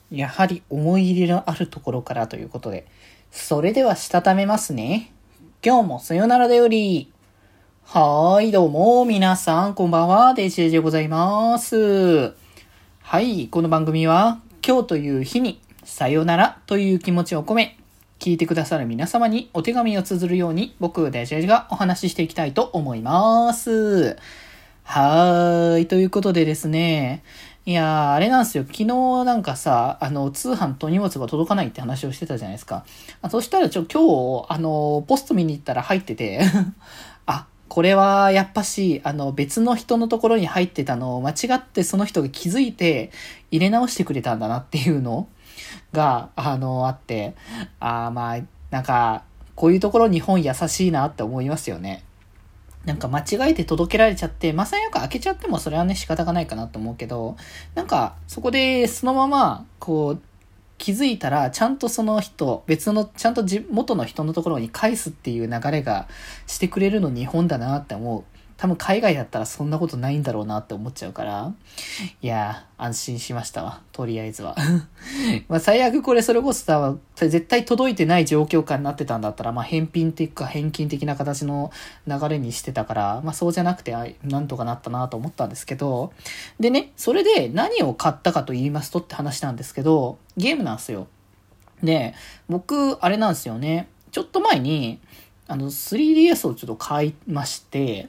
やはり思い入れのあるところからということで。それではしたためますね。今日もさよならだより。はーい、どうも、皆さん、こんばんは、デジェジでございます。はい、この番組は、今日という日に、さよならという気持ちを込め、聞いてくださる皆様にお手紙を綴るように、僕、デジェジがお話ししていきたいと思います。はーい、ということでですね、いやー、あれなんですよ。昨日なんかさ、通販と荷物が届かないって話をしてたじゃないですか。そしたら今日、ポスト見に行ったら入ってて、あ、これはやっぱし、別の人のところに入ってたのを間違ってその人が気づいて入れ直してくれたんだなっていうのが、あって、まあ、なんか、こういうところ日本優しいなって思いますよね。なんか間違えて届けられちゃって、まさやか開けちゃってもそれはね仕方がないかなと思うけど、なんかそこでそのままこう気づいたらちゃんとその人、別のちゃんと元の人のところに返すっていう流れがしてくれるの日本だなって思う。多分海外だったらそんなことないんだろうなって思っちゃうから、いやー安心しましたわ、とりあえずは。まあ最悪これそれこそさ、絶対届いてない状況下になってたんだったら、まあ返品っていうか返金的な形の流れにしてたから、まあそうじゃなくて、なんとかなったなと思ったんですけど、でね、それで何を買ったかと言いますとって話なんですけど、ゲームなんですよ。で、僕、あれなんですよね。ちょっと前に、3DS をちょっと買いまして、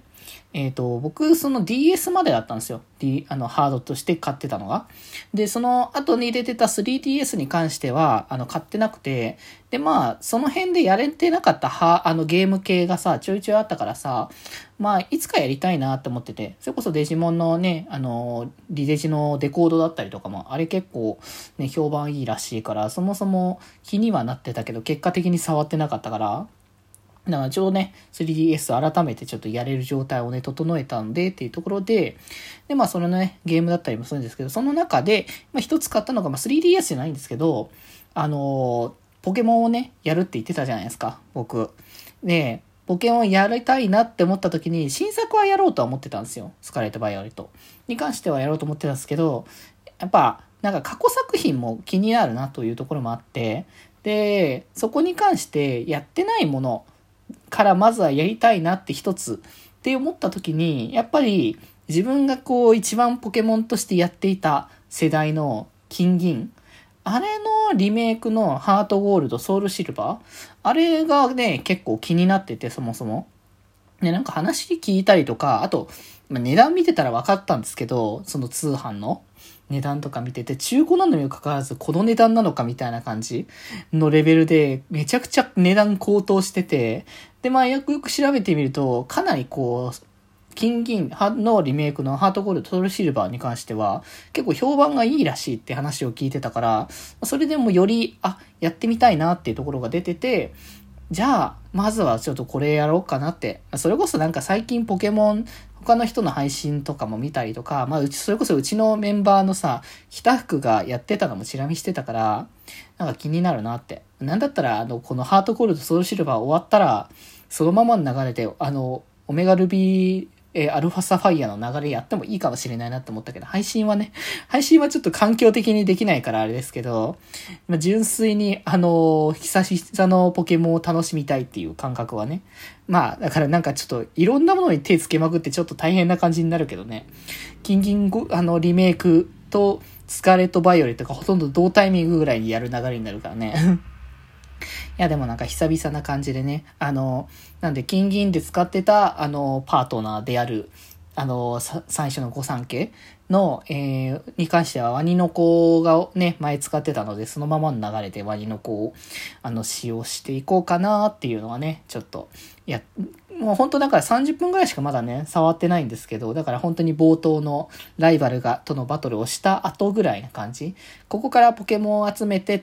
僕、その DS までだったんですよ。ハードとして買ってたのが。で、その後に出てた 3DS に関しては、買ってなくて、で、まあ、その辺でやれてなかったゲーム系がさ、ちょいちょいあったからさ、まあ、いつかやりたいなって思ってて、それこそデジモンのね、リデジのデコードだったりとかも、あれ結構ね、評判いいらしいから、そもそも気にはなってたけど、結果的に触ってなかったから、だからちょうどね、3DS 改めてちょっとやれる状態をね、整えたんでっていうところで、で、まあそれのね、ゲームだったりもするんですけど、その中で、まあ一つ買ったのが、まあ 3DS じゃないんですけど、ポケモンをね、やるって言ってたじゃないですか、僕。で、ポケモンやりたいなって思った時に、新作はやろうとは思ってたんですよ。スカーレット・バイオレットに関してはやろうと思ってたんですけど、やっぱ、なんか過去作品も気になるなというところもあって、で、そこに関してやってないもの、からまずはやりたいなって一つって思った時に、やっぱり自分がこう一番ポケモンとしてやっていた世代の金銀、あれのリメイクのハートゴールド、ソウルシルバー、あれがね、結構気になってて、そもそも。ね、なんか話聞いたりとか、あと、値段見てたら分かったんですけど、その通販の値段とか見てて、中古なのにもかかわらずこの値段なのかみたいな感じのレベルで、めちゃくちゃ値段高騰してて、で、まあよくよく調べてみると、かなりこう、金銀のリメイクのハートゴールド、ソウルシルバーに関しては、結構評判がいいらしいって話を聞いてたから、それでもより、やってみたいなっていうところが出てて、じゃあ、まずはちょっとこれやろうかなって。それこそなんか最近ポケモン、他の人の配信とかも見たりとか、まあそれこそうちのメンバーのさ、北福がやってたのもチラ見してたから、なんか気になるなって。なんだったら、このハートゴールド、ソウルシルバー終わったら、そのままの流れで、オメガルビー、アルファサファイアの流れやってもいいかもしれないなって思ったけど、配信はちょっと環境的にできないからあれですけど、まあ、純粋に、久々のポケモンを楽しみたいっていう感覚はね。まあ、だからなんかちょっと、いろんなものに手つけまくってちょっと大変な感じになるけどね。金銀リメイクとスカーレット・バイオレットがほとんど同タイミングぐらいにやる流れになるからね。いやでもなんか久々な感じでね、なんで金銀で使ってた、パートナーである、最初の御三家の、に関してはワニの子がね、前使ってたので、そのままの流れでワニの子を、使用していこうかなっていうのはね、ちょっと、もう本当だから30分ぐらいしかまだね、触ってないんですけど、だから本当に冒頭のライバルとのバトルをした後ぐらいな感じ。ここからポケモンを集めてって、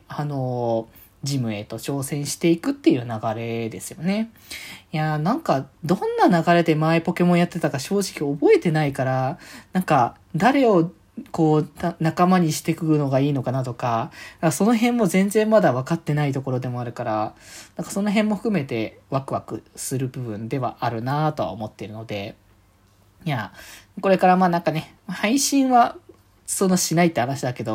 ジムへと挑戦していくっていう流れですよね。いやーなんかどんな流れで前ポケモンやってたか正直覚えてないから、なんか誰をこう仲間にしていくのがいいのかなとか、その辺も全然まだ分かってないところでもあるから、なんかその辺も含めてワクワクする部分ではあるなとは思っているので、いや、これからまあなんかね、配信はそのしないって話だけど、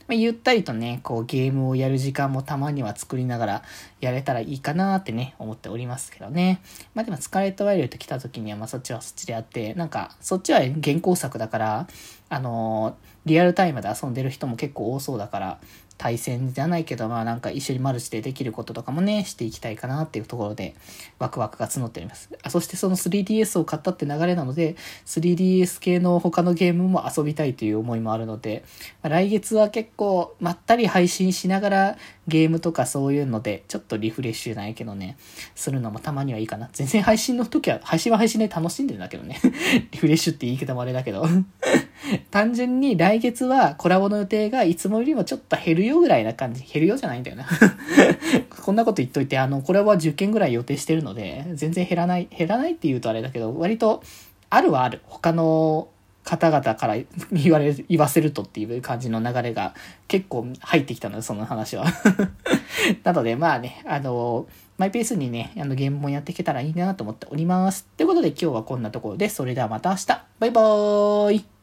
ゆったりとね、こうゲームをやる時間もたまには作りながらやれたらいいかなってね、思っておりますけどね。まあでもスカーレットワイルド来た時には、まあそっちはそっちであって、なんかそっちは原稿作だから、リアルタイムで遊んでる人も結構多そうだから、対戦じゃないけど、まあなんか一緒にマルチでできることとかもね、していきたいかなっていうところで、ワクワクが募っております。そしてその 3DS を買ったって流れなので、3DS 系の他のゲームも遊びたいという思いもあるので、来月は結構まったり配信しながらゲームとかそういうので、ちょっとリフレッシュないけどね、するのもたまにはいいかな。全然配信の時は、配信は配信で楽しんでるんだけどね。リフレッシュって言い方もあれだけど。単純に来月はコラボの予定がいつもよりもちょっと減るよぐらいな感じ。減るよじゃないんだよな。こんなこと言っといて、コラボは10件ぐらい予定してるので、全然減らないって言うとあれだけど、割と、あるはある。他の方々から言わせるとっていう感じの流れが結構入ってきたので、その話は。なので、まあね、マイペースにね、ゲームもやっていけたらいいなと思っております。ということで今日はこんなところで、それではまた明日。バイバーイ。